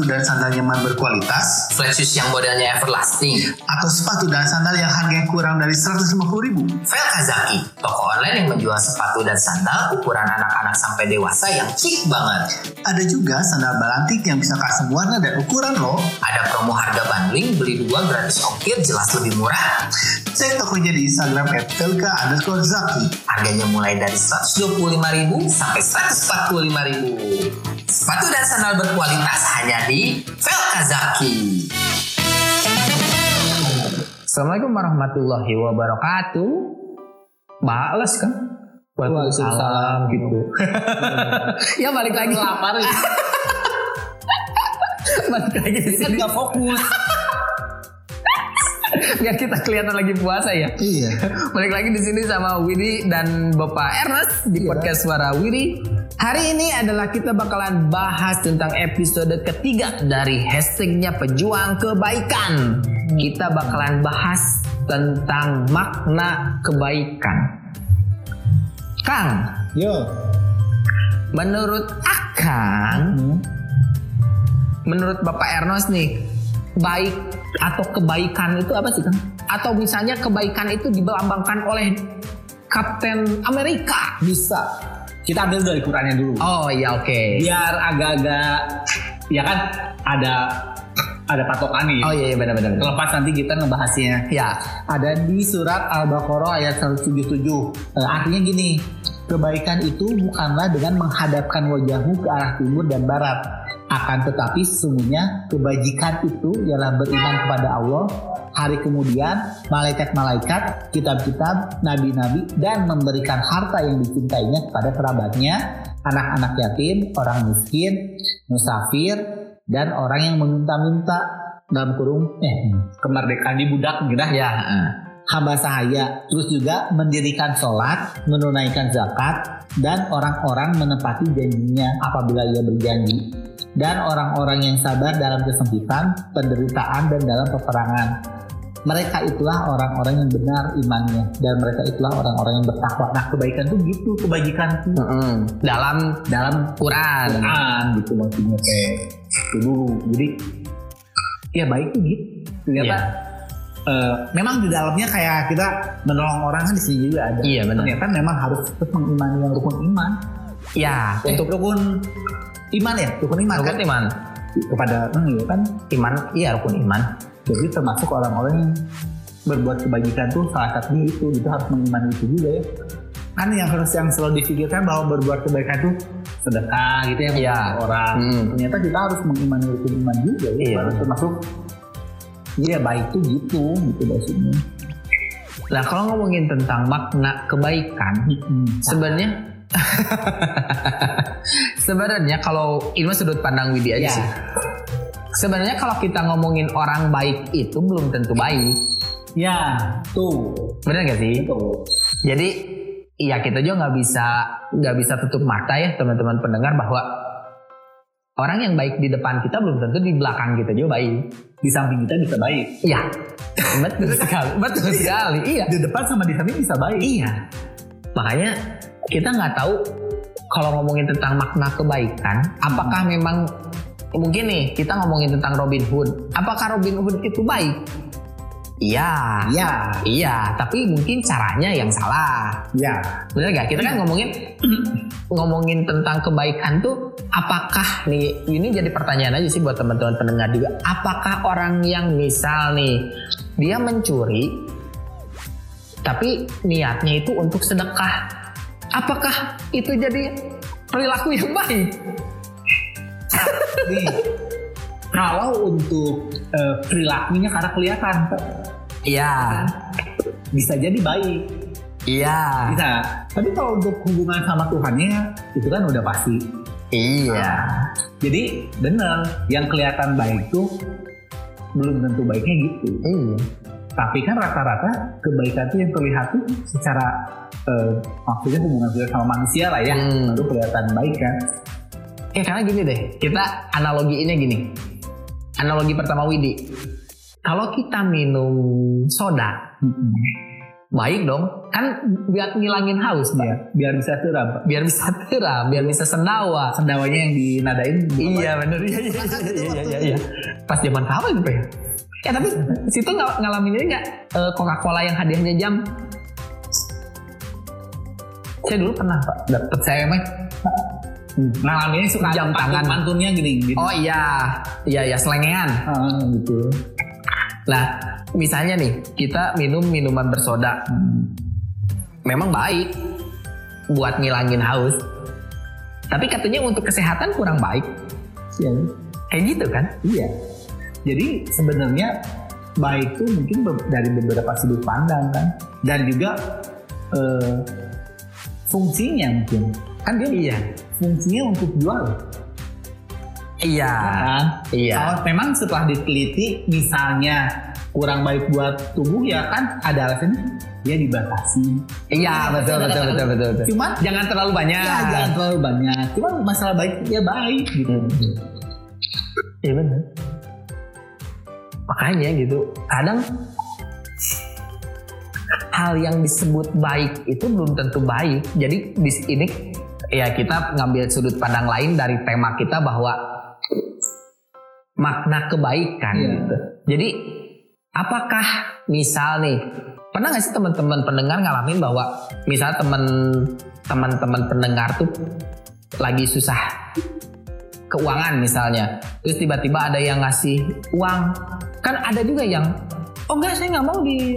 sepatu dan sandal nyaman berkualitas, flat shoes yang modelnya everlasting, atau sepatu dan sandal yang harganya kurang dari 150.000. Velkazaki, toko online yang menjual sepatu dan sandal ukuran anak-anak sampai dewasa yang chic banget. Ada juga sandal balantik yang bisa custom warna dan ukuran loh. Ada promo harga bundling, beli 2 gratis ongkir, jelas lebih murah. Cek tokonya di Instagram @velka_zaki. Harganya mulai dari 125.000 sampai 145.000. Sepatu dan sandal berkualitas hanya di Velkazaki. Assalamualaikum warahmatullahi wabarakatuh. Bales kan? Waalaikumsalam gitu. Ya balik lagi lapar. Balik lagi di sini nggak fokus. Biar kita kelihatan lagi puasa ya. Iya. Balik lagi di sini sama Widi dan Bapak Ernest di podcast Suara Widi. Hari ini adalah kita bakalan bahas tentang episode ketiga dari hashtagnya Pejuang Kebaikan. Kita bakalan bahas tentang makna kebaikan. Kang, Yo. menurut Akang, menurut Bapak Ernest nih, baik atau kebaikan itu apa sih Kang? Atau misalnya kebaikan itu dilambangkan oleh Kapten Amerika? Bisa. Kita ambil dari Qurannya dulu. Oh iya oke. Biar agak-agak ya kan ada patokan nih. Oh iya benar-benar. Terlepas nanti kita ngebahasnya. Ya. Ada di surat Al-Baqarah ayat 177. Artinya gini, kebaikan itu bukanlah dengan menghadapkan wajahmu ke arah timur dan barat. Akan tetapi sesungguhnya kebajikan itu ialah beriman kepada Allah, hari kemudian, malaikat-malaikat, kitab-kitab, nabi-nabi, dan memberikan harta yang dicintainya kepada kerabatnya, anak-anak yatim, orang miskin, musafir, dan orang yang meminta-minta dalam kurung kemerdekaan di budak gitu Ya. hamba sahaya. Terus juga mendirikan sholat, menunaikan zakat, dan orang-orang menepati janjinya apabila ia berjanji, dan orang-orang yang sabar dalam kesempitan, penderitaan, dan dalam peperangan. Mereka itulah orang-orang yang benar imannya, dan mereka itulah orang-orang yang bertakwa. Nah, kebaikan tuh gitu, kebajikan tuh Dalam Quran gitu maksudnya kayak itu dulu. Jadi ya baik tuh gitu. Ternyata memang di dalamnya kayak kita menolong orang kan di sini juga ada. Iya, benar. Ternyata memang harus tetap mengimani yang rukun iman. Ya. Untuk rukun iman ya, rukun iman Rukun kan iman. kepada ya kan. Iman, iya rukun iman. Jadi termasuk orang-orang yang berbuat kebajikan tuh salah satunya itu harus mengimani itu juga ya. Kan yang selalu difikirkan bahwa berbuat kebaikan tuh sedekah gitu ya, Iya. membantu orang. Ternyata kita harus mengimani rukun iman juga ya. Iya. Harus termasuk iya baik tuh gitu maksudnya. Nah kalau ngomongin tentang makna kebaikan, sebenarnya kalau ini sudut pandang Widi aja sih. Sebenarnya kalau kita ngomongin orang baik itu belum tentu baik. Ya, tuh. Benar nggak sih? Tuh. Jadi ya kita juga nggak bisa tutup mata ya teman-teman pendengar bahwa orang yang baik di depan kita belum tentu di belakang kita juga baik. Di samping kita bisa baik. Iya, betul sekali. Iya. Di depan sama di samping bisa baik. Iya. Makanya kita nggak tahu kalau ngomongin tentang makna kebaikan, apakah memang mungkin nih kita ngomongin tentang Robin Hood. Apakah Robin Hood itu baik? Iya. Tapi mungkin caranya yang salah. Iya. Bener gak? Kita kan ngomongin tentang kebaikan tuh, apakah nih, ini jadi pertanyaan aja sih buat teman-teman pendengar juga. Apakah orang yang misal nih dia mencuri, tapi niatnya itu untuk sedekah, apakah itu jadi perilaku yang baik? Nih, kalau untuk perilakunya karena kelihatan, Iya. bisa jadi baik. Iya. Bisa. Tapi kalau untuk hubungan sama Tuhannya itu kan udah pasti. Iya. Jadi bener, yang kelihatan baik tuh belum tentu baiknya gitu. Iya. Tapi kan rata-rata kebaikan tuh yang terlihat tuh secara maksudnya hubungan kita sama manusia lah ya, itu kelihatan baik kan. Karena gini deh, kita analogiinnya gini. Analogi pertama Widi. Kalau kita minum soda, baik dong. Kan biar ngilangin haus, Pak. Biar bisa teram. Biar bisa tiram, biar bisa sendawa. Sendawanya yang dinadain. Iya bener, iya. Pas zaman kapan gitu ya? Ya tapi situ ngalamin ini nggak Coca-Cola yang hadiahnya jam? Saya dulu pernah Pak, dapet saya mah. Ngalaminnya suka Jam tangan. pantunnya gini. Oh iya, selengean. Gitu. Nah, misalnya nih, kita minum minuman bersoda. Memang baik buat ngilangin haus. Tapi katanya untuk kesehatan kurang baik. Iya. Kayak gitu kan? Iya. Jadi sebenarnya baik itu mungkin dari beberapa sudut pandang kan. Dan juga fungsinya mungkin. Kan dia Iya. fungsinya untuk jual. Iya. Kan? Iya. Kalau memang setelah diteliti misalnya kurang baik buat tubuh ya kan ada alasannya dia dibatasi. Iya, betul. Cuman Jangan terlalu banyak. ya jangan terlalu banyak. Cuman masalah baik ya baik gitu. Iya benar. Makanya gitu. Kadang hal yang disebut baik itu belum tentu baik. Jadi di ini ya kita ngambil sudut pandang lain dari tema kita bahwa makna kebaikan gitu. Jadi apakah misal nih, pernah nggak sih teman-teman pendengar ngalamin bahwa misal teman-teman pendengar tuh lagi susah keuangan misalnya, terus tiba-tiba ada yang ngasih uang, kan ada juga yang oh enggak saya nggak mau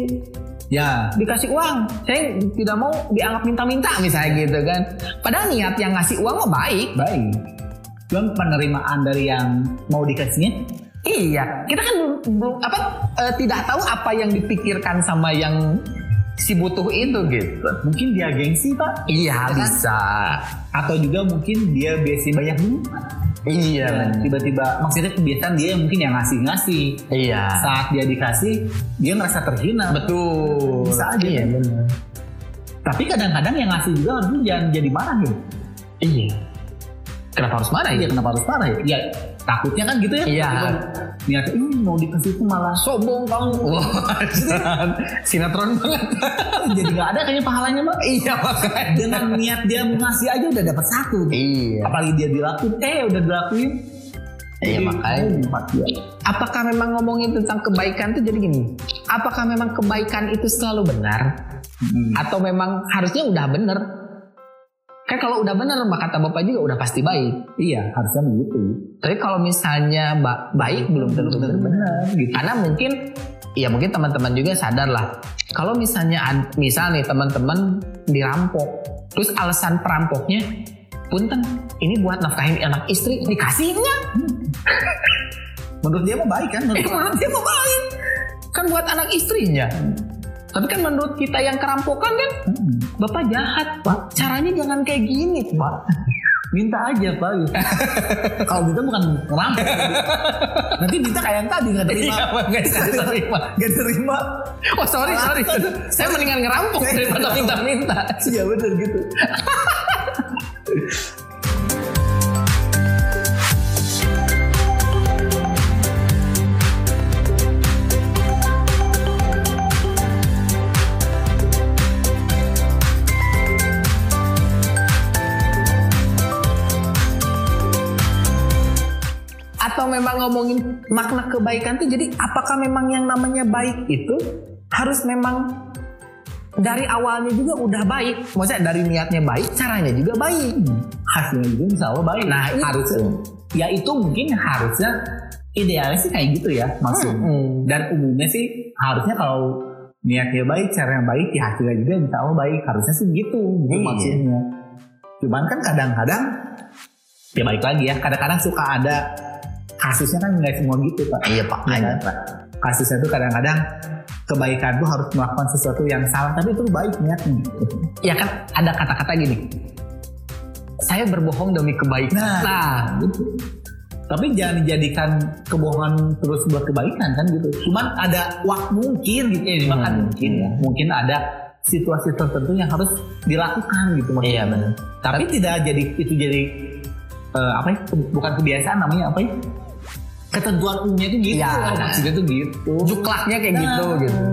dikasih uang, saya tidak mau dianggap minta-minta misalnya gitu kan. Padahal niat yang ngasih uang mah baik. Cuman penerimaan dari yang mau dikasihnya Iya, kita kan belum tidak tahu apa yang dipikirkan sama yang si butuh itu gitu. mungkin dia gengsi Pak. Iya, Ya kan? bisa. Atau juga mungkin dia biasa banyak dulu. Iya. Tiba-tiba maksudnya kebiasaan dia mungkin yang ngasih. Iya. Saat dia dikasih dia merasa terhina. Betul. Bisa aja. Iya, kan? benar. Tapi kadang-kadang yang ngasih juga harusnya jangan jadi marah ya. Iya. Kenapa harus marah ya? Kenapa harus marah ya? Ya takutnya kan gitu ya. Iya. Niatnya mau dikasih itu malah Sombong kamu. Wah, sinetron banget. jadi nggak ada kayaknya pahalanya Pak. Iya makanya. Dengan niat dia ngasih aja udah dapat satu. Iya. Apalagi dia dilakuin, udah dilakuin. Iya makanya. Apakah memang ngomongin tentang kebaikan tuh jadi gini? Apakah memang kebaikan itu selalu benar? Atau memang harusnya udah benar? Kan kalau udah benar, kata Bapak juga udah pasti baik. Iya, harusnya begitu. Tapi kalau misalnya baik belum tentu benar gitu. Karena mungkin teman-teman juga sadar lah. Kalau misalnya misal nih teman-teman dirampok, terus alasan perampoknya, punten ini buat nafkahin anak istri, dikasih nggak? Menurut dia mah baik kan? Menurut dia mah baik. Kan buat anak istrinya. Tapi kan menurut kita yang kerampokan kan, Bapak jahat Pak. Caranya jangan kayak gini Pak. Minta aja Pak. Kalau kita bukan ngerampok. Nanti minta kayak yang tadi nggak terima. Nggak terima. Oh sorry. Saya mendingan ngerampok daripada minta-minta. Iya benar gitu. Atau memang ngomongin makna kebaikan tuh jadi apakah memang yang namanya baik itu harus memang dari awalnya juga udah baik, maksudnya dari niatnya baik, caranya juga baik, Hasilnya juga insya Allah baik. Nah, harusnya ya itu mungkin harusnya idealnya sih kayak gitu ya maksudnya. Dan umumnya sih harusnya kalau niatnya baik, caranya baik, ya hasilnya juga insya Allah baik. Harusnya sih gitu maksudnya. Cuman kan kadang-kadang ya baik lagi ya, kadang-kadang suka ada kasusnya kan nggak semua gitu Pak. Iya Pak. Ya, Pak. Kasusnya tuh kadang-kadang kebaikan tuh harus melakukan sesuatu yang salah, tapi itu baik niatnya. Ya kan ada kata-kata gini, saya berbohong demi kebaikan. Nah gitu. Tapi jangan dijadikan kebohongan terus buat kebaikan kan gitu. Cuman ada waktu mungkin gitu ya, mungkin ya. Mungkin ada situasi tertentu yang harus dilakukan gitu maksudnya. Iya benar. Tapi tidak jadi itu jadi bukan kebiasaan namanya apa ya? Ketentuan umumnya itu gitu. Ya, maksudnya itu gitu. Juklaknya kayak gitu.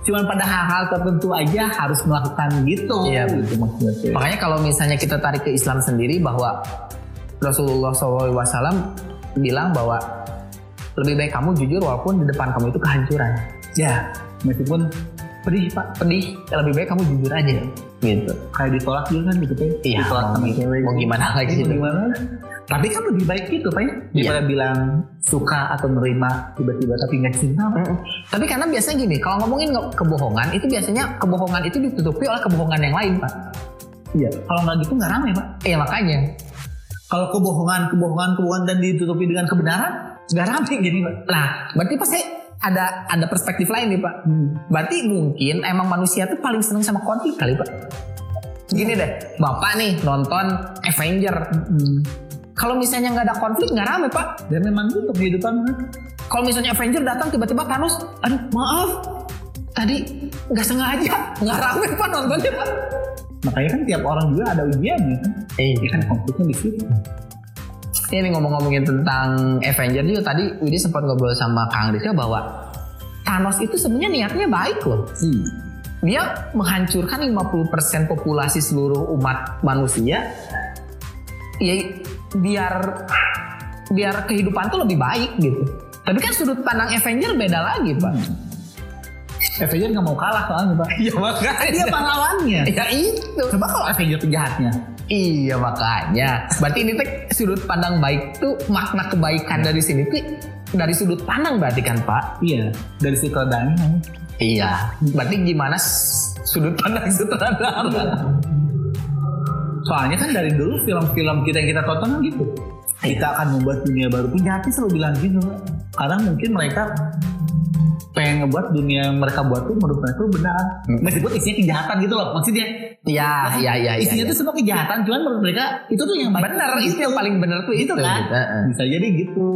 cuman pada hal-hal tertentu aja harus melakukan gitu. Iya, gitu maksudnya. Makanya kalau misalnya kita tarik ke Islam sendiri bahwa Rasulullah SAW bilang bahwa lebih baik kamu jujur walaupun di depan kamu itu kehancuran. Ya, meskipun pedih Pak. Pedih, lebih baik kamu jujur aja gitu. Kayak ditolak juga kan gitu Pak. Iya, Ditolak sama cewek. mau gimana lagi Mau gitu. gimana? Tapi kan lebih baik gitu Pak ya. Daripada bilang suka atau menerima tiba-tiba tapi nggak cinta Pak. Tapi karena biasanya gini, kalau ngomongin kebohongan itu biasanya kebohongan itu ditutupi oleh kebohongan yang lain Pak. Iya. Kalau nggak gitu nggak ramai Pak. Iya makanya. Kalau kebohongan dan ditutupi dengan kebenaran nggak ramai jadi Pak. Nah, berarti pasti ada perspektif lain nih Pak. Berarti mungkin emang manusia tuh paling seneng sama konflik kali Pak. Gini deh, Bapak nih nonton Avenger. Kalau misalnya nggak ada konflik nggak rame Pak. Dan memang itu kehidupan. Kalau misalnya Avenger datang tiba-tiba Thanos, aduh maaf, tadi nggak sengaja, nggak rame Pak nontonnya Pak. Makanya kan tiap orang juga ada ujiannya kan. Kan konfliknya di situ. Ini ngomong-ngomongin tentang Avenger juga tadi Widi sempat ngobrol sama Kang Rizka bahwa Thanos itu sebenarnya niatnya baik loh. Dia menghancurkan 50% populasi seluruh umat manusia. Ya biar kehidupan tuh lebih baik gitu. Tapi kan sudut pandang Avenger beda lagi Pak. Avenger nggak mau kalah soalnya Pak. Iya makanya. Dia pahlawannya. Ya itu. Coba kalau Avenger penjahatnya. Iya makanya. Berarti ini tuh sudut pandang baik tuh makna kebaikan dari sini tuh dari sudut pandang berarti kan Pak? Iya. Dari sutradanya. Iya. Berarti gimana sudut pandang sutradara? Soalnya kan dari dulu film-film kita yang kita tonton kan gitu. Kita akan membuat dunia baru. Penjahatnya selalu bilang gitu Pak. Karena mungkin mereka pengen ngebuat dunia yang mereka buat tuh menurut mereka tuh benar. Meskipun isinya kejahatan gitu loh maksudnya. Iya. Isinya tuh semua kejahatan, cuman menurut mereka itu tuh yang baik. Bener, itu yang paling bener tuh itu kan. Bisa jadi gitu.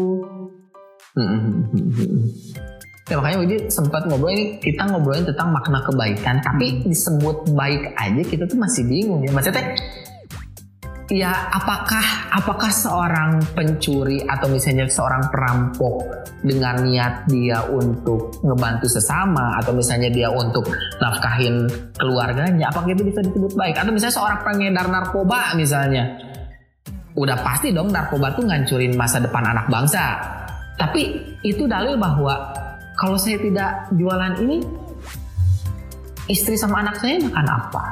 Ya makanya Widi sempat ngobrol ini, kita ngobrolin tentang makna kebaikan, tapi disebut baik aja kita tuh masih bingung ya. Maksudnya ya apakah seorang pencuri atau misalnya seorang perampok dengan niat dia untuk ngebantu sesama atau misalnya dia untuk nafkahin keluarganya, apakah itu bisa disebut baik? Atau misalnya seorang pengedar narkoba misalnya, udah pasti dong narkoba tuh ngancurin masa depan anak bangsa. Tapi itu dalil bahwa kalau saya tidak jualan ini, istri sama anak saya makan apa?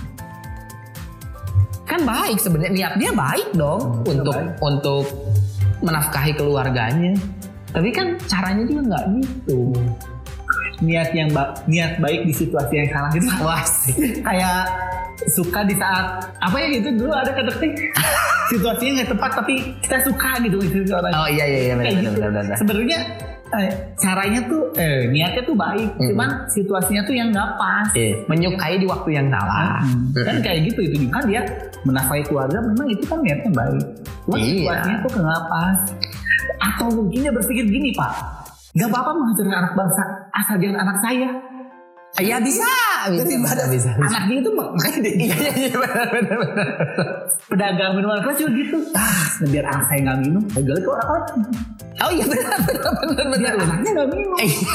Kan baik sebenarnya, niat dia baik dong untuk menafkahi keluarganya. Tapi kan caranya juga nggak gitu. Niat baik di situasi yang salah gitu. Wah sih. Kayak suka di saat apa ya gitu dulu ada kata-kata situasinya nggak tepat tapi kita suka gitu orang. Oh iya benar. Sebenarnya caranya tuh niatnya tuh baik, cuman situasinya tuh yang nggak pas. Menyukai di waktu yang salah. Kan kayak gitu itu juga dia menafkahi keluarga memang itu kan niatnya baik. Cuman situasinya tuh nggak pas. Atau mungkin dia berpikir gini Pak, nggak apa-apa menghancurkan anak bangsa asal jangan anak saya. Ya bisa. Anak dia itu makanya dia. Iya benar. Pedagang minuman keras juga gitu. Biar anak saya nggak minum, saya jual ke orang-orang. Oh iya benar. Anaknya nggak minum.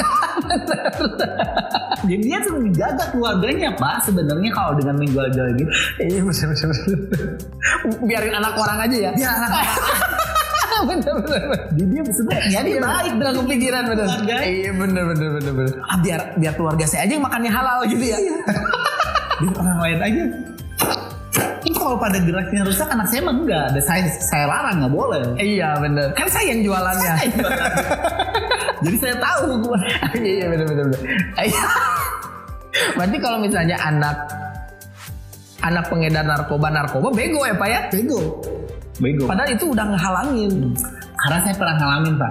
Jadi dia tuh menjaga keluarganya Pak. Sebenarnya kalau dengan menjual-jual gitu. Iya benar. Biarin anak orang aja ya. Biar anak bener. Jadi dia sebenarnya dia baik dengan kepikiran bener. Iya bener. Biar keluarga saya aja yang makannya halal gitu ya. Biar orang lain aja. Ini kalau pada geraknya rusak anak saya mah enggak. Ada saya larang nggak boleh. Iya bener. Kan saya yang jualannya. Jadi saya tahu gue. Iya bener. Berarti kalau misalnya anak pengedar narkoba bego ya Pak ya? Bego. Padahal itu udah ngehalangin. Karena saya pernah ngalamin Pak.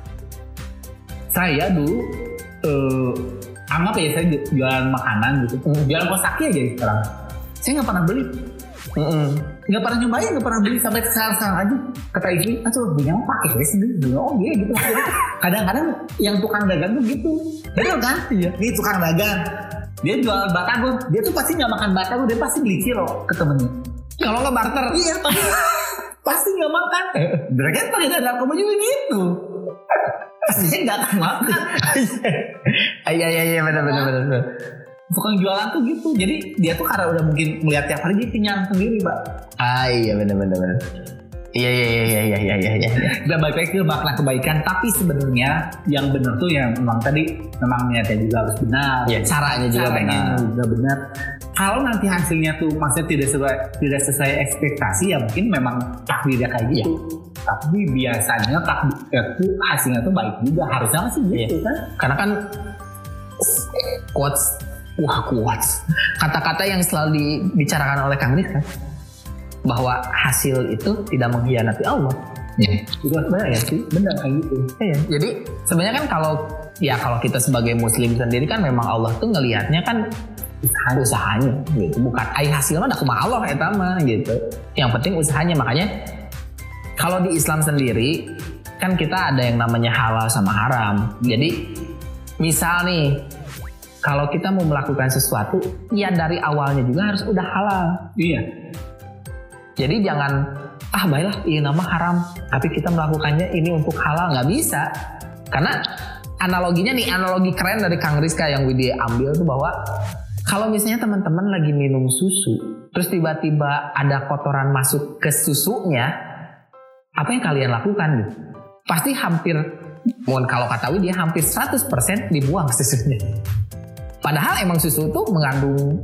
Saya dulu anggap ya saya jualan makanan gitu. Jualan kos kaki aja sekarang. Saya nggak pernah beli. Nggak pernah nyobain, nggak pernah beli sampai sekarang aja. Kata istri, punya apa pakai ya sendiri. Oh iya gitu. Kadang-kadang yang tukang dagang tuh gitu. Betul kan? Iya. Nih tukang dagang. Dia jual batagor. Dia tuh pasti nggak makan batagor. Dia pasti beli ciro ke temennya. Kalau nggak barter. Iya. Pasti nggak makan. Mereka pakai narkoba juga gitu. Saya nggak akan makan. Iya benar. Tukang jualan tuh gitu. Jadi dia tuh karena udah mungkin melihat tiap hari dia kenyang sendiri, Pak. Iya benar. Iya. Kita balik lagi ke makna kebaikan, tapi sebenarnya yang benar tuh yang memang tadi memang niatnya juga harus benar. Iya, caranya juga benar. Kalau nanti hasilnya tuh maksudnya tidak sesuai ekspektasi ya mungkin memang takdirnya kayak gitu. Tapi biasanya takdir tuh hasilnya tuh baik juga, harusnya sih gitu kan. Karena kan quotes kata-kata yang selalu dibicarakan oleh Kang Riz kan, bahwa hasil itu tidak mengkhianati Allah. Itu benar ya sih, benar kayak gitu. Jadi sebenarnya kan kalau kita sebagai muslim sendiri kan memang Allah tuh ngelihatnya kan usahanya gitu, bukan hasilnya dah kumaha Allah eta mah gitu. Yang penting usahanya. Makanya kalau di Islam sendiri kan kita ada yang namanya halal sama haram. Jadi misal nih kalau kita mau melakukan sesuatu ya dari awalnya juga harus udah halal. Iya. Jadi jangan baiklah ini nama haram tapi kita melakukannya ini untuk halal, nggak bisa. Karena analoginya nih, analogi keren dari Kang Rizka yang Widi ambil tuh bahwa kalau misalnya teman-teman lagi minum susu, terus tiba-tiba ada kotoran masuk ke susunya, apa yang kalian lakukan gitu? Pasti kalau kata Widi hampir 100% dibuang susunya. Padahal emang susu itu mengandung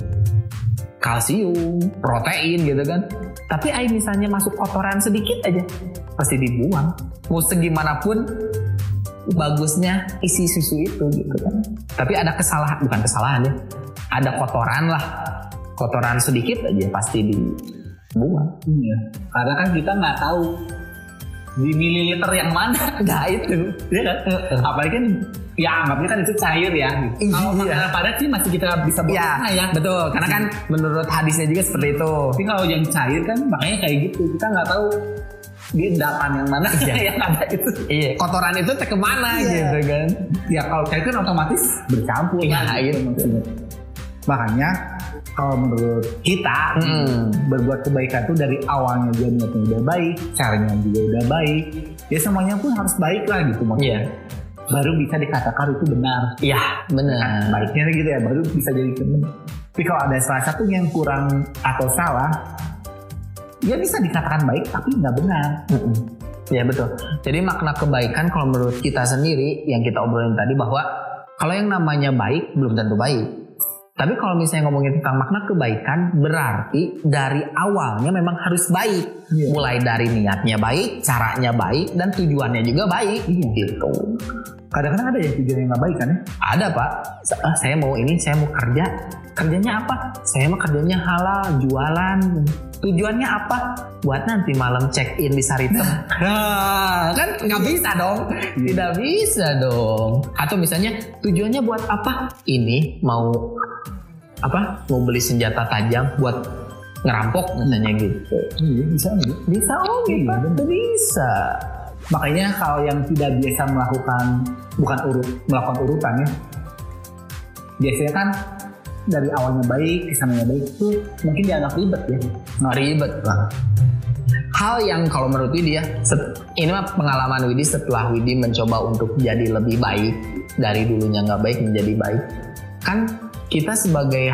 kalsium, protein gitu kan. Tapi misalnya masuk kotoran sedikit aja, pasti dibuang. Mau segimanapun bagusnya isi susu itu gitu kan. Tapi ada bukan kesalahan ya. Ada kotoran sedikit aja pasti dibuang. Iya. Karena kan kita nggak tahu di mililiter yang mana. Nah itu, ya kan? Apalagi kan ya anggapnya kan itu cair ya. Kalau makanan padat sih masih kita bisa buat ya. Betul, karena kan menurut hadisnya juga seperti itu. Tapi kalau yang cair kan makanya kayak gitu, kita nggak tahu di endapan yang mana yang ada itu. Iya, kotoran itu kemana gitu kan. Ya kalau cair kan otomatis bercampur. Iya gitu maksudnya. Makanya kalau menurut kita berbuat kebaikan tuh dari awalnya dia niatnya udah baik, caranya juga udah baik, ya semuanya pun harus baik lah gitu maksudnya. Baru bisa dikatakan itu benar. Iya benar. Baiknya gitu ya, baru bisa jadi benar. Tapi kalau ada salah satu yang kurang atau salah, ya bisa dikatakan baik tapi nggak benar. Ya betul. Jadi makna kebaikan kalau menurut kita sendiri yang kita obrolin tadi bahwa kalau yang namanya baik belum tentu baik. Tapi kalau misalnya ngomongin tentang makna kebaikan, berarti dari awalnya memang harus baik. Mulai dari niatnya baik, caranya baik, dan tujuannya juga baik. Gitu. Kadang-kadang ada ya tujuan yang gak baik kan ya? Ada Pak. Saya mau kerja. Kerjanya apa? Saya mau kerjanya halal, jualan. Tujuannya apa? Buat nanti malam check in di Saritem. Kan nggak bisa dong. Tidak bisa dong. Atau misalnya tujuannya buat apa? Ini mau beli senjata tajam buat ngerampok misalnya gitu. Iya bisa gitu. Bisa gitu. Bisa. Makanya kalau yang tidak biasa melakukan urutan ya, biasanya kan dari awalnya baik, kesannya baik itu mungkin dianggap ribet ya. Ribet lah. Hal yang kalau menurut Widi ya, ini mah pengalaman Widi setelah Widi mencoba untuk jadi lebih baik dari dulunya nggak baik menjadi baik. Kan kita sebagai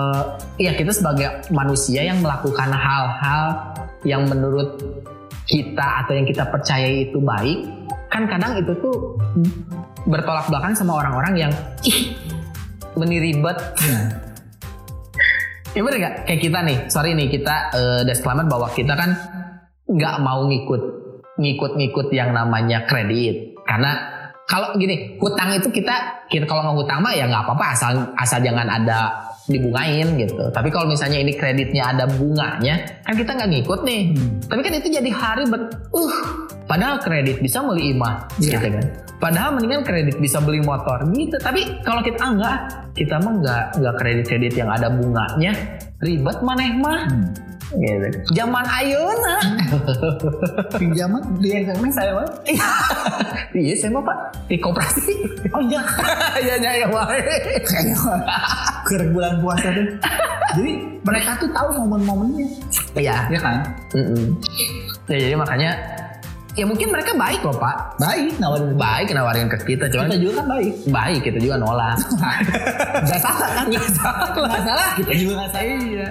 manusia yang melakukan hal-hal yang menurut kita atau yang kita percaya itu baik, kan kadang itu tuh bertolak belakang sama orang-orang yang meniribet. Ya bener gak? Kayak kita nih, kita disclaimer bahwa kita kan gak mau ngikut yang namanya kredit. Karena kalau gini, hutang itu kita kalau mau hutang mah ya gak apa-apa asal jangan ada dibungain gitu. Tapi kalau misalnya ini kreditnya ada bunganya, kan kita gak ngikut nih. Tapi kan itu jadi ribet. Padahal kredit bisa beli imah gitu kan. Padahal mendingan kredit bisa beli motor gitu. Tapi kalau kita kita mah nggak kredit yang ada bunganya, ribet maneh mah. Gitu. Zaman ayeuna. Pinjaman di SMS saya mah. Iya saya mah Pak di koperasi. Oh iya. Iya wae. Ke bulan puasa tuh. Jadi mereka tuh tahu momen-momennya. Iya. Iya kan? Ya, jadi makanya Ya mungkin mereka baik loh Pak. Baik Nawarin ke kita. Cuman kita juga kan baik. Baik, kita juga nolak. Gak salah kan? Gak salah. Kita juga gak salah. Iya.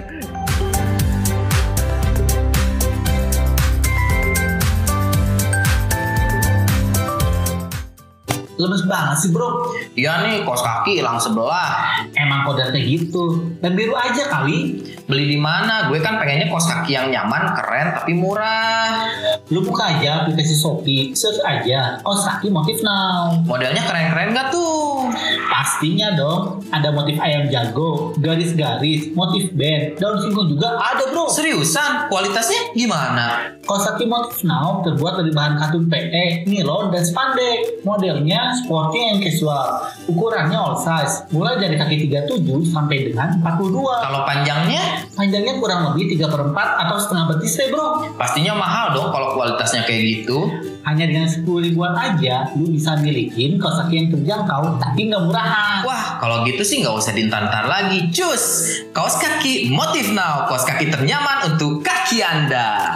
Lemes banget sih bro. Iya nih, kaos kaki hilang sebelah. Emang kodratnya gitu. Dan biru aja kali. Beli di mana? Gue kan pengennya kaos kaki yang nyaman, keren, tapi murah. Lu buka aja aplikasi Shopee, search aja kaos kaki motif now. Modelnya keren-keren gak tuh? Pastinya dong. Ada motif ayam jago, garis-garis, motif band, daun singkong juga ada bro. Seriusan? Kualitasnya gimana? Kaos kaki motif now terbuat dari bahan katun PE, nilon, dan spandek. Modelnya sporty and casual. Ukurannya all size, mulai dari kaki 37 sampai dengan 42. Kalau panjangnya? Panjangnya kurang lebih 3/4 atau setengah betis deh bro. Pastinya mahal dong kalau kualitasnya kayak gitu. Hanya dengan 10 ribuan aja, lu bisa milikin kaos kaki yang terjangkau tapi nggak murahan. Wah, kalau gitu sih nggak usah ditantar lagi. Cus! Kaos kaki motif now. Kaos kaki ternyaman untuk kaki Anda.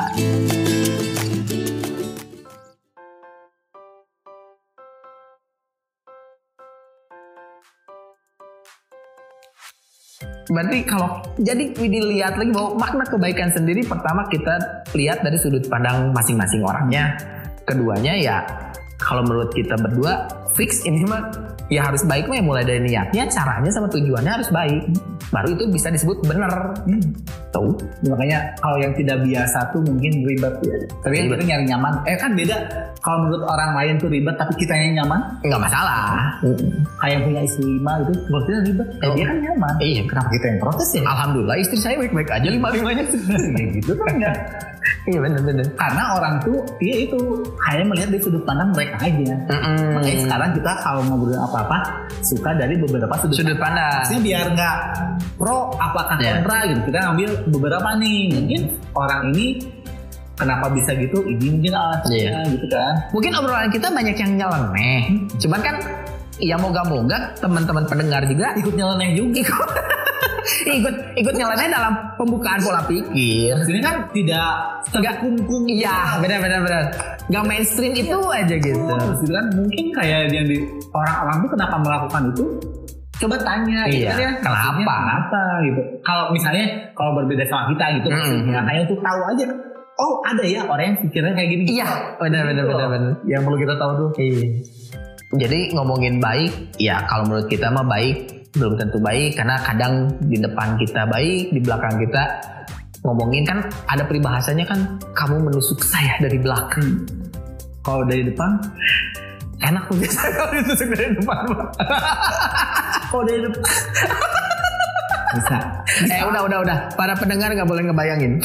Berarti kalau jadi dilihat lagi bahwa makna kebaikan sendiri, pertama kita lihat dari sudut pandang masing-masing orangnya. Keduanya ya kalau menurut kita berdua fix ini mah ya harus baik mah ya, mulai dari niatnya, caranya sama tujuannya harus baik. Baru itu bisa disebut benar. Tuh. Makanya kalau yang tidak biasa tuh mungkin ribet ya. Tapi kan Ribet. kita nyari nyaman. Kan beda. Kalau menurut orang lain tuh ribet tapi kita yang nyaman. Nggak masalah. Kayak yang punya istri 5 gitu, menurut kita ribet. Dia kan nyaman. Iya. Kenapa kita yang protes ya? Alhamdulillah istri saya baik-baik aja 5-5-nya. Ya gitu kan enggak. Iya benar-benar. Karena orang tuh ya itu hanya melihat dari sudut pandang mereka aja. Makanya sekarang kita kalau ngobrol apa-apa suka dari beberapa Sudut pandang. Maksudnya biar nggak pro apakah kontra gitu. Kita ngambil beberapa nih. Mungkin orang ini kenapa bisa gitu? Ini mungkin alasannya gitu kan. Mungkin obrolan kita banyak yang nyeleneh. Cuman kan ya moga-moga teman-teman pendengar juga Ikut nyeleneh juga. ikut nyeleneh dalam pembukaan pola pikir. Maksudnya kan tidak terkungkung. Iya, benar. Gak mainstream itu aja gitu. Maksudnya kan mungkin kayak yang di orang-orang tuh kenapa melakukan itu? Coba tanya Iya, gitu kan ya. kenapa? Kenapa gitu. Kalau misalnya kalau berbeda sama kita gitu maksudnya hanya untuk tahu aja. Oh, ada ya orang yang pikirnya kayak gini. Iya, benar. Yang perlu kita tahu tuh. Iya. Jadi ngomongin baik, ya kalau menurut kita mah baik belum tentu baik, karena kadang di depan kita baik, di belakang kita ngomongin kan ada peribahasanya kan, kamu menusuk saya dari belakang. Kalau dari depan Enak tuh biasanya kalau ditusuk dari depan. kalau dari depan bisa. Udah. Para pendengar nggak boleh ngebayangin.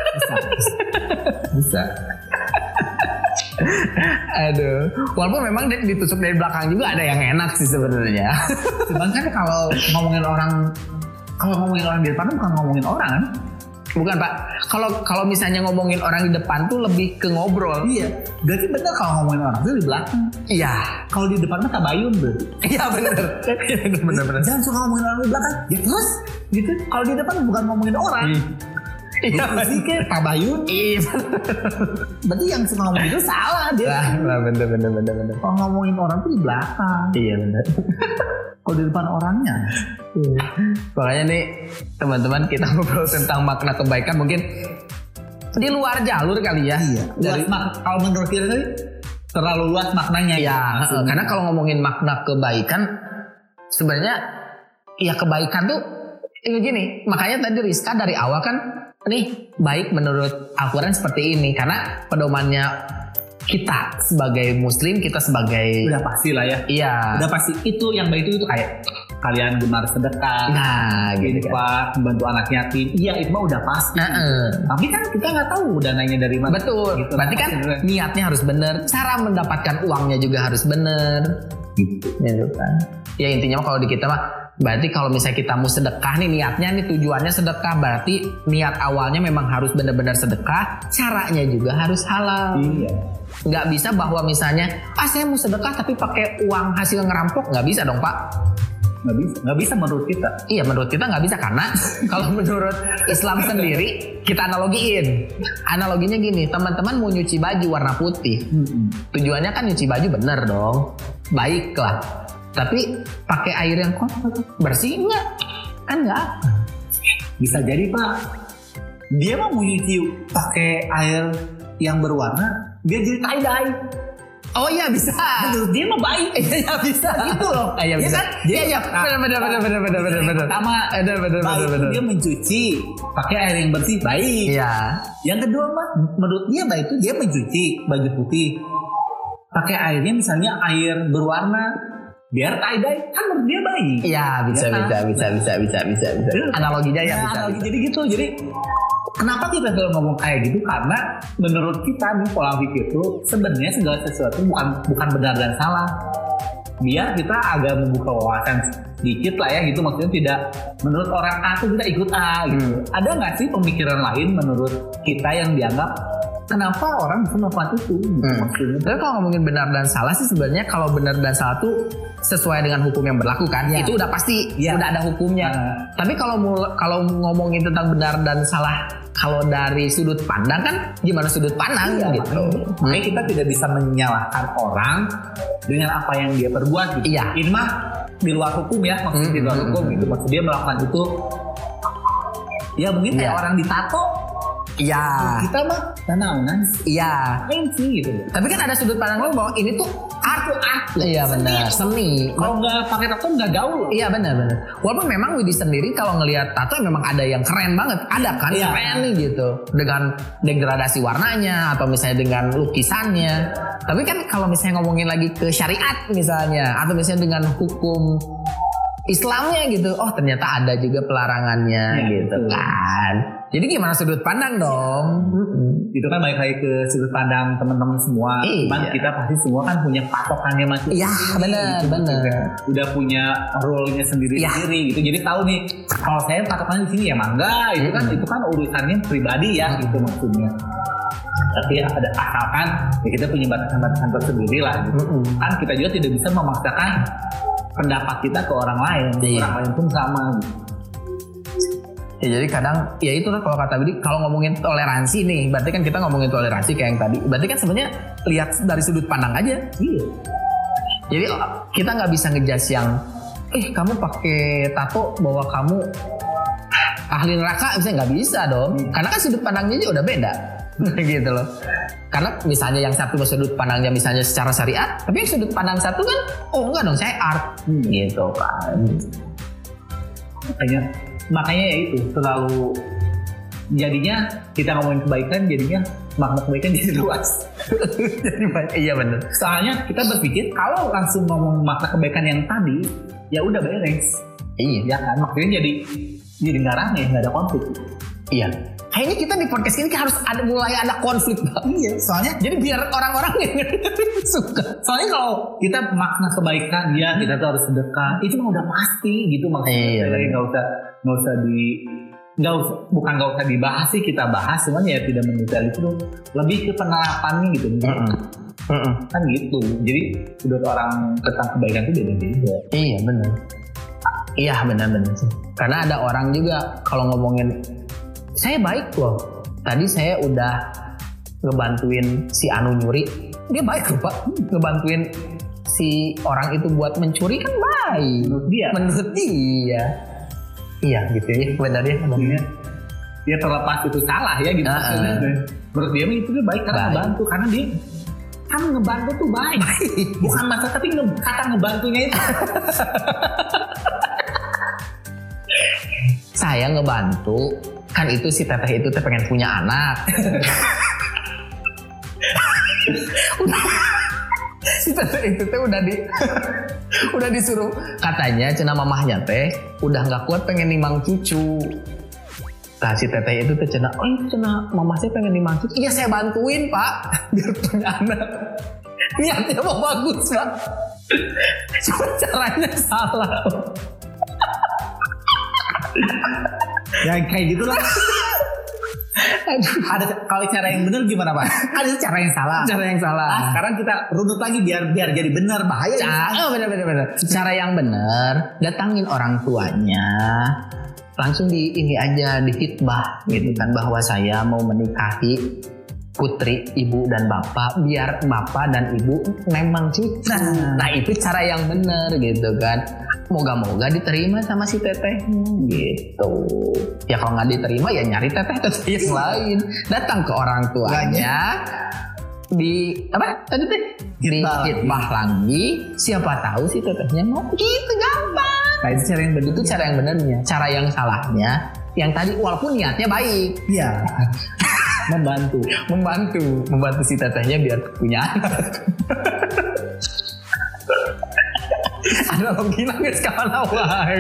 Bisa. Aduh. Walaupun memang ditusuk dari belakang juga ada yang enak sih sebenarnya. Cuman kan kalau ngomongin orang di depan bukan ngomongin orang kan? Bukan Pak. Kalau misalnya ngomongin orang di depan tuh lebih ke ngobrol. Iya. Berarti benar kalau ngomongin orang itu di belakang. Iya. Kalau di depan mah tabayun berarti. Iya benar. Benar. Jangan suka ngomongin orang di belakang. Ya terus gitu. Kalau di depan bukan ngomongin orang. Iya sih kayak tabayun. Iya. Berarti yang suka ngomong itu salah dia. Bener. Kalau ngomongin orang tuh di belakang. Iya benar. Kalau di depan orangnya. Makanya nih teman-teman kita ngobrol tentang makna kebaikan mungkin di luar jalur kali ya. Iya. Dari Kalau menurut kita tadi terlalu luas maknanya. ya, Maksudnya. karena kalau ngomongin makna kebaikan sebenarnya ya kebaikan tuh ini gini. Makanya tadi Rizka dari awal kan nih baik menurut Al-Quran seperti ini karena pedomannya kita sebagai muslim, kita sebagai udah pasti lah ya. Iya. Udah pasti itu yang baik itu kayak kalian gemar sedekah. Nah, gitu kan. infak, membantu anak yatim. Iya, itu mah udah pasti. Tapi kan kita nggak tahu dananya dari mana. Betul. Gitu. Berarti kan niatnya harus benar, cara mendapatkan uangnya juga harus benar. Gitu. Gitu kan. Ya intinya mah kalau di kita mah berarti kalau misalnya kita mau sedekah nih niatnya nih tujuannya sedekah, berarti niat awalnya memang harus benar-benar sedekah, caranya juga harus halal. Iya. Nggak bisa bahwa misalnya saya mau sedekah tapi pakai uang hasil ngerampok, nggak bisa dong Pak. nggak bisa menurut kita. Iya, menurut kita nggak bisa karena kalau menurut Islam sendiri kita analoginya gini, teman-teman mau nyuci baju warna putih, tujuannya kan nyuci baju bener dong, baik lah, tapi pakai air yang kotor bersih nggak? Kan nggak. Bisa jadi Pak, dia mau nyuci pakai air yang berwarna, dia jadi tie dye. Oh iya bisa. Menurut dia mah baik. Iya bisa gitu loh. Iya bisa. Iya benar. Pertama, baik dia mencuci pakai air yang bersih, baik. Iya. Yang kedua mah menurut dia baik itu dia mencuci baju putih pakai airnya misalnya air berwarna biar tie dye, kan menurut dia baik. Iya bisa. Analoginya ya bisa. Analogi jadi gitu. Jadi kenapa kita selalu ngomong kayak gitu? Karena menurut kita nih pola pikir itu sebenarnya segala sesuatu bukan benar dan salah. Biar kita agak membuka wawasan sedikit lah ya gitu, maksudnya tidak menurut orang A tuh kita ikut A gitu. Ada nggak sih pemikiran lain menurut kita yang dianggap kenapa orang bisa melakukan itu? Maksudnya. Tapi kalau ngomongin benar dan salah sih sebenarnya kalau benar dan salah tuh sesuai dengan hukum yang berlaku kan, itu udah pasti udah ada hukumnya. Tapi kalau ngomongin tentang benar dan salah, kalau dari sudut pandang kan gimana sudut pandang gitu. Makanya kita tidak bisa menyalahkan orang dengan apa yang dia perbuat gitu. Iya. Ini mah di luar hukum ya, maksudnya di luar hukum gitu. Maksud dia melakukan itu ya mungkin kayak orang ditato. Iya. Kita mah tanaunan. Iya. Main sih gitu. Tapi kan ada sudut pandang lo bahwa ini tuh art. Iya benar. Seni. Kalau nggak pakai tato nggak gaul. Iya benar. Walaupun memang Widi sendiri kalau ngelihat tato memang ada yang keren banget. Ada kan keren nih gitu. Dengan degradasi warnanya atau misalnya dengan lukisannya. Tapi kan kalau misalnya ngomongin lagi ke syariat misalnya atau misalnya dengan hukum Islamnya gitu, oh ternyata ada juga pelarangannya gitu kan. Jadi gimana sudut pandang dong? Itu kan balik lagi ke sudut pandang teman-teman semua. Cuman kita pasti semua kan punya patokannya masing-masing. Iya benar. Udah punya role-nya sendiri-sendiri gitu. Jadi tahu nih, kalau saya patokannya di sini ya mangga. Itu kan urusannya pribadi ya gitu maksudnya. Tapi ada asalkan ya kita punya batasan-batasan tersendiri lah gitu. Kan kita juga tidak bisa memaksakan pendapat kita ke orang lain. Orang lain pun sama gitu. Ya jadi kadang ya itu lah kalau kata Widi, kalau ngomongin toleransi nih, berarti kan kita ngomongin toleransi kayak yang tadi. Berarti kan sebenarnya lihat dari sudut pandang aja. Iya. Jadi kita nggak bisa ngejudge yang kamu pakai tato bahwa kamu ahli neraka, misalnya nggak bisa dong. Karena kan sudut pandangnya aja udah beda. Gitu loh. Karena misalnya yang satu sudut pandangnya misalnya secara syariat, tapi sudut pandang satu kan enggak dong, saya art gitu kan. Makanya ya itu selalu jadinya kita ngomongin kebaikan, jadinya makna kebaikan jadi luas. Jadi iya benar. Soalnya kita berpikir kalau langsung ngomong makna kebaikan yang tadi ya udah beres. Iya. Ya kan, maksudnya jadi nggak rame, nggak ada konflik. Iya. Kayaknya kita di podcast ini harus mulai ada konflik. Iya, soalnya jadi biar orang-orang yang suka. Soalnya kalau kita makna kebaikan ya kita tuh harus sedekah, itu mah udah pasti gitu maksudnya. Nggak usah dibahas sih, kita bahas semuanya ya tidak mendetail itu, lebih ke penerapannya gitu. Kan gitu. Jadi sudut orang tentang kebaikan itu beda-beda. Iya benar. Iya benar-benar sih. Karena ada orang juga kalau ngomongin saya baik loh. Tadi saya udah ngebantuin si Anu nyuri. Dia baik loh Pak. Ngebantuin si orang itu buat mencuri kan baik. Menurut dia. Iya gitu ya. Benar ya. Dia terlepas itu salah ya gitu. Menurut dia itu dia baik karena ngebantu. Karena dia kan ngebantu tuh baik. Bukan masa tapi kata ngebantunya itu. Saya ngebantu. Kan itu si teteh itu pengen punya anak. Si teteh itu udah disuruh katanya cenah mamahnya teh udah nggak kuat pengen nimang cucu. Nah si teteh itu cenah cenah mamah saya pengen nimang cucu. Iya saya bantuin Pak biar punya anak. Niatnya mau bagus Pak. Cuma caranya salah. Ya kayak gitulah. Ada kalau cara yang benar gimana Pak? Ada cara yang salah. Cara yang salah. Nah, sekarang kita runut lagi biar jadi benar, bahaya. Benar. Cara yang benar, datangin orang tuanya. Langsung di aja dihitbah gitu kan, bahwa saya mau menikahi putri ibu dan bapak, biar bapak dan ibu memang cucu. Nah itu cara yang benar gitu kan. Moga-moga diterima sama si teteh gitu. Ya kalau nggak diterima ya nyari teteh yang lain. Datang ke orang tuanya. Di apa tadi teh? Di hitbah lagi. Siapa tahu si tetehnya mau gitu, gampang. Nah itu cara yang benar. Itu cara yang benarnya. Cara yang salahnya, yang tadi walaupun niatnya baik. Iya. membantu si tetehnya biar punya anak. Ada lagi nangis kawan awal.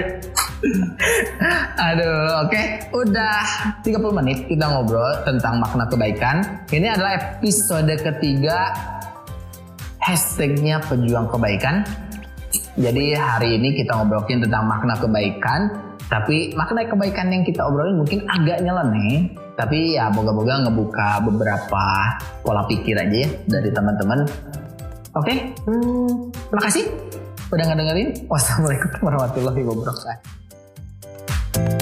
Aduh, oke. Udah 30 menit kita ngobrol tentang makna kebaikan. Ini adalah episode ketiga hashtagnya pejuang kebaikan. Jadi hari ini kita ngobrolin tentang makna kebaikan. Tapi makna kebaikan yang kita obrolin mungkin agak nyeleneh. Tapi ya moga-moga ngebuka beberapa pola pikir aja ya dari teman-teman. Oke, terima kasih udah ngedengerin. Wassalamualaikum warahmatullahi wabarakatuh.